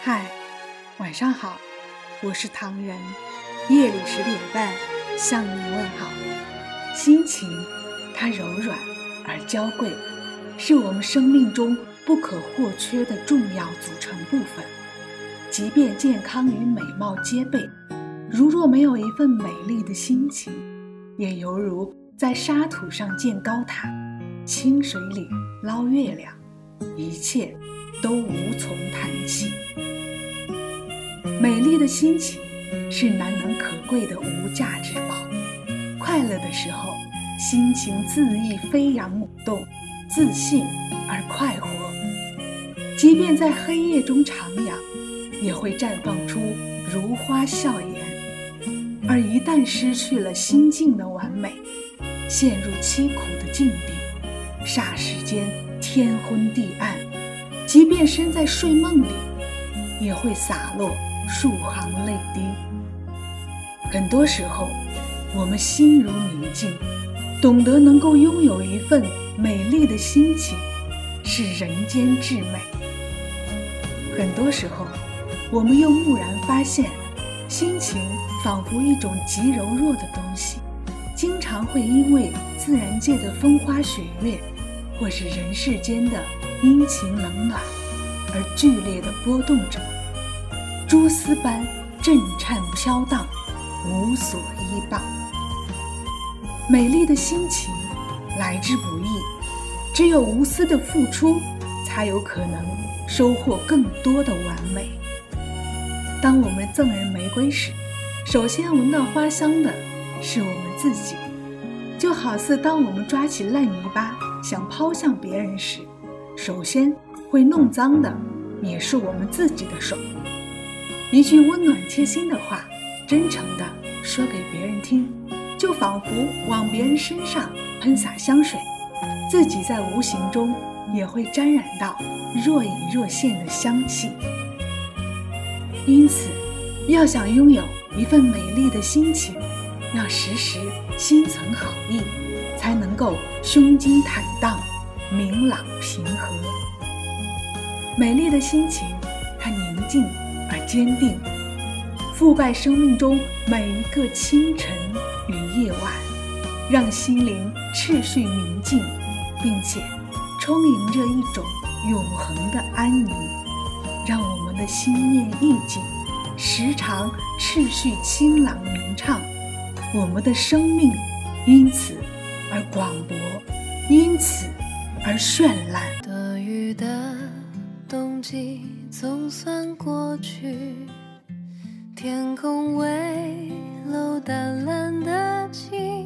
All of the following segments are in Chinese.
嗨，晚上好，我是唐人，夜里10点半向你问好。心情，它柔软而娇贵，是我们生命中不可或缺的重要组成部分。即便健康与美貌皆备，如若没有一份美丽的心情，也犹如在沙土上建高塔，清水里捞月亮，一切都无从谈起。美丽的心情是难能可贵的无价之宝。快乐的时候，心情恣意飞扬舞动，自信而快活。即便在黑夜中徜徉，也会绽放出如花笑颜。而一旦失去了心境的完美，陷入凄苦的境地，霎时间天昏地暗，即便身在睡梦里，也会洒落数行泪滴。很多时候，我们心如明镜，懂得能够拥有一份美丽的心情，是人间至美。很多时候，我们又蓦然发现，心情仿佛一种极柔弱的东西，经常会因为自然界的风花雪月，或是人世间的阴晴冷暖，而剧烈地波动着，蛛丝般震颤飘荡，无所依傍。美丽的心情来之不易，只有无私的付出，才有可能收获更多的完美。当我们赠人玫瑰时，首先闻到花香的是我们自己，就好似当我们抓起烂泥巴想抛向别人时，首先会弄脏的也是我们自己的手。一句温暖贴心的话，真诚的说给别人听，就仿佛往别人身上喷洒香水，自己在无形中也会沾染到若隐若现的香气。因此，要想拥有一份美丽的心情，要时时心存好意，才能够胸襟坦荡，明朗平和。美丽的心情，它宁静而坚定，覆盖生命中每一个清晨与夜晚，让心灵秩序宁静，并且充盈着一种永恒的安宁，让我们的心念意境时常秩序清朗明畅，我们的生命因此而广博，因此而绚烂。 多雨的冬季总算过去，天空微露淡蓝的晴，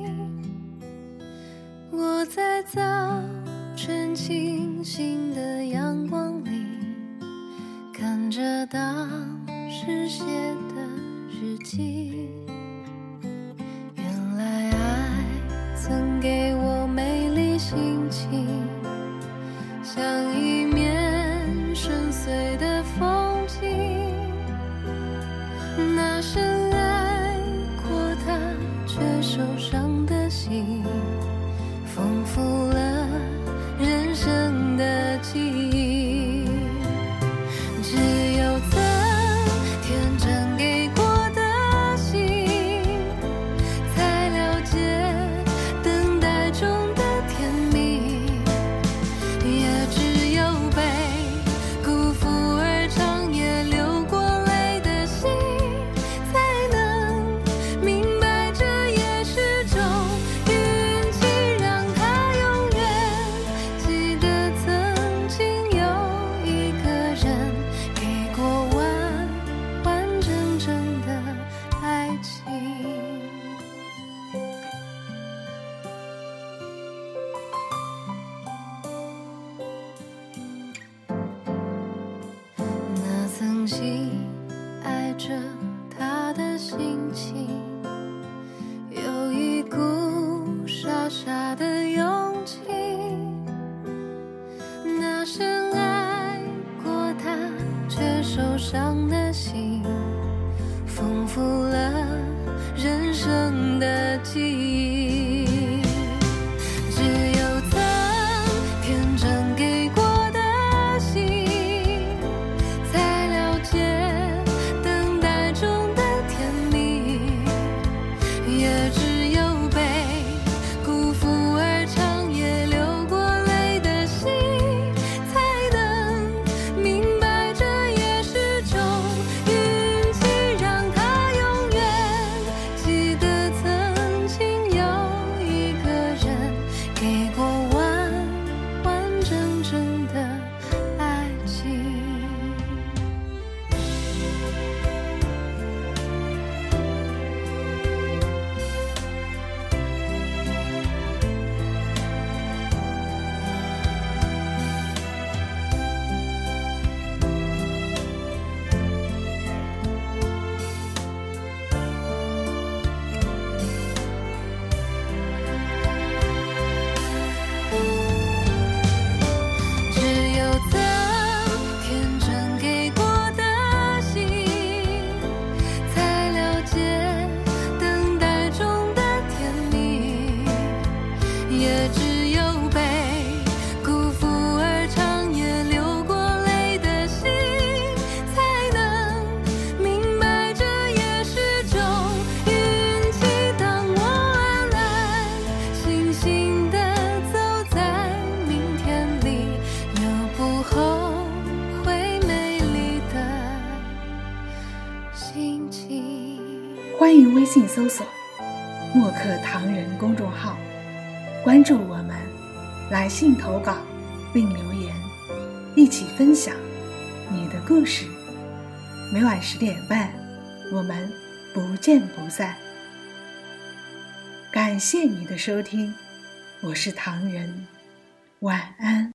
我在早晨清新的阳光里，看着当时写的日记。原来爱曾给我美丽心情，像一面深邃的风景。那深爱过他却受伤的心，丰富了人生的记忆。只有曾天真给过的心，才了解等待中的甜蜜。也只有被辜负而长夜流过泪的心，才能明白这也是种运气，让他永远记得曾经有一个人给过完完整整的爱情。那曾经爱着他的心情，有一股傻傻的勇气。那深爱过他却受伤的心，丰富了人生的记忆。只有曾天真给过的心，才了解欢迎微信搜索墨客唐人公众号，关注我们，来信投稿并留言，一起分享你的故事。每晚10点半，我们不见不散。感谢你的收听，我是唐人，晚安。